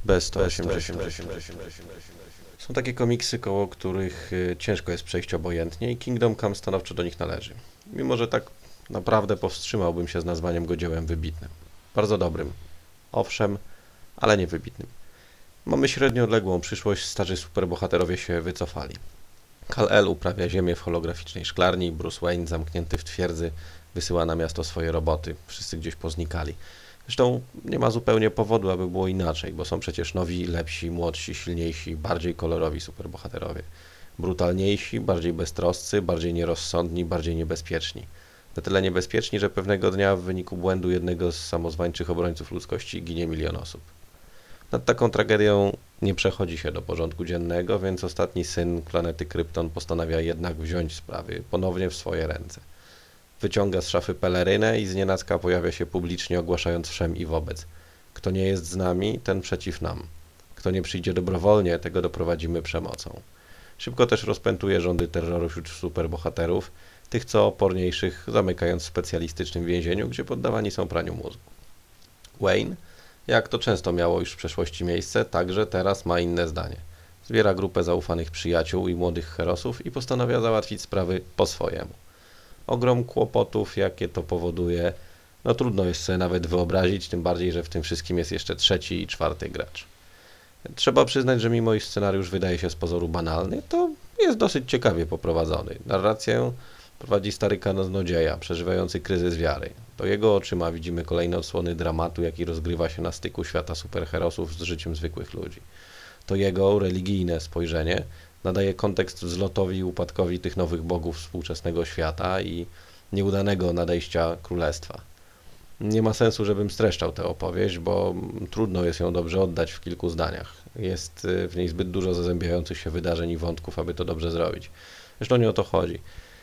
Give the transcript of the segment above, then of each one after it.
B180. Są takie komiksy, koło których ciężko jest przejść obojętnie i Kingdom Come stanowczo do nich należy. Mimo że tak naprawdę powstrzymałbym się z nazwaniem go dziełem wybitnym. Bardzo dobrym, owszem, ale nie wybitnym. Mamy średnio odległą przyszłość, starzy superbohaterowie się wycofali. Kal-El uprawia ziemię w holograficznej szklarni, Bruce Wayne zamknięty w twierdzy wysyła na miasto swoje roboty, wszyscy gdzieś poznikali. Zresztą nie ma zupełnie powodu, aby było inaczej, bo są przecież nowi, lepsi, młodsi, silniejsi, bardziej kolorowi superbohaterowie. Brutalniejsi, bardziej beztroscy, bardziej nierozsądni, bardziej niebezpieczni. Na tyle niebezpieczni, że pewnego dnia w wyniku błędu jednego z samozwańczych obrońców ludzkości ginie milion osób. Nad taką tragedią nie przechodzi się do porządku dziennego, więc ostatni syn planety Krypton postanawia jednak wziąć sprawy ponownie w swoje ręce. Wyciąga z szafy pelerynę i znienacka pojawia się publicznie, ogłaszając wszem i wobec: kto nie jest z nami, ten przeciw nam. Kto nie przyjdzie dobrowolnie, tego doprowadzimy przemocą. Szybko też rozpętuje rządy terroru wśród superbohaterów, tych co oporniejszych zamykając w specjalistycznym więzieniu, gdzie poddawani są praniu mózgu. Wayne, jak to często miało już w przeszłości miejsce, także teraz ma inne zdanie. Zbiera grupę zaufanych przyjaciół i młodych herosów i postanawia załatwić sprawy po swojemu. Ogrom kłopotów, jakie to powoduje, no trudno jest sobie nawet wyobrazić, tym bardziej, że w tym wszystkim jest jeszcze trzeci i czwarty gracz. Trzeba przyznać, że mimo iż scenariusz wydaje się z pozoru banalny, to jest dosyć ciekawie poprowadzony. Narrację prowadzi stary kaznodzieja, przeżywający kryzys wiary. To jego oczyma widzimy kolejne odsłony dramatu, jaki rozgrywa się na styku świata superherosów z życiem zwykłych ludzi. To jego religijne spojrzenie nadaje kontekst wzlotowi i upadkowi tych nowych bogów współczesnego świata i nieudanego nadejścia królestwa. Nie ma sensu, żebym streszczał tę opowieść, bo trudno jest ją dobrze oddać w kilku zdaniach. Jest w niej zbyt dużo zazębiających się wydarzeń i wątków, aby to dobrze zrobić. Zresztą nie o to chodzi.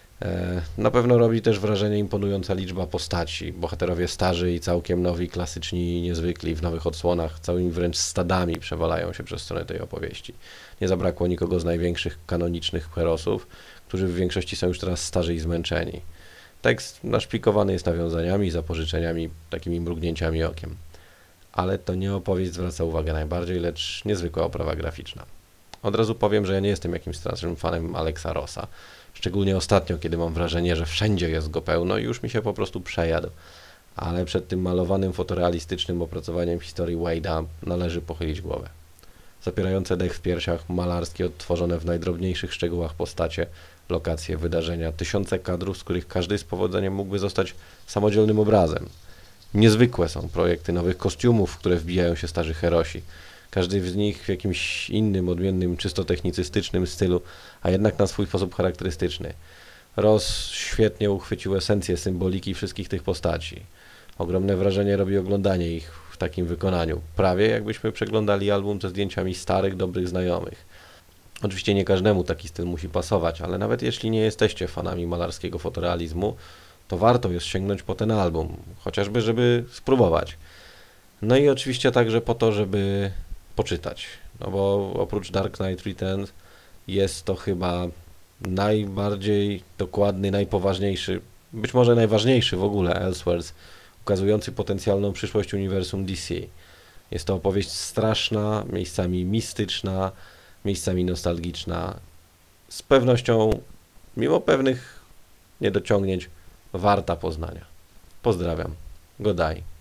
Na pewno robi też wrażenie imponująca liczba postaci. Bohaterowie starzy i całkiem nowi, klasyczni i niezwykli w nowych odsłonach, całymi wręcz stadami przewalają się przez stronę tej opowieści. Nie zabrakło nikogo z największych kanonicznych herosów, którzy w większości są już teraz starzy i zmęczeni. Tekst naszpikowany jest nawiązaniami, zapożyczeniami, takimi mrugnięciami okiem. Ale to nie opowieść zwraca uwagę najbardziej, lecz niezwykła oprawa graficzna. Od razu powiem, że ja nie jestem jakimś strasznym fanem Alexa Rossa. Szczególnie ostatnio, kiedy mam wrażenie, że wszędzie jest go pełno i już mi się po prostu przejadł. Ale przed tym malowanym fotorealistycznym opracowaniem historii Wade'a należy pochylić głowę. Zapierające dech w piersiach, malarskie, odtworzone w najdrobniejszych szczegółach postacie, lokacje, wydarzenia, tysiące kadrów, z których każdy z powodzeniem mógłby zostać samodzielnym obrazem. Niezwykłe są projekty nowych kostiumów, w które wbijają się starzy herosi. Każdy z nich w jakimś innym, odmiennym, czysto technicystycznym stylu, a jednak na swój sposób charakterystyczny. Ross świetnie uchwycił esencję symboliki wszystkich tych postaci. Ogromne wrażenie robi oglądanie ich w takim wykonaniu. Prawie jakbyśmy przeglądali album ze zdjęciami starych, dobrych znajomych. Oczywiście nie każdemu taki styl musi pasować, ale nawet jeśli nie jesteście fanami malarskiego fotorealizmu, to warto jest sięgnąć po ten album, chociażby żeby spróbować. No i oczywiście także po to, żeby poczytać, no bo oprócz Dark Knight Returns jest to chyba najbardziej dokładny, najpoważniejszy, być może najważniejszy w ogóle Elseworlds, ukazujący potencjalną przyszłość uniwersum DC. Jest to opowieść straszna, miejscami mistyczna, miejscami nostalgiczna. Z pewnością, mimo pewnych niedociągnięć, warta poznania. Pozdrawiam. Godaj.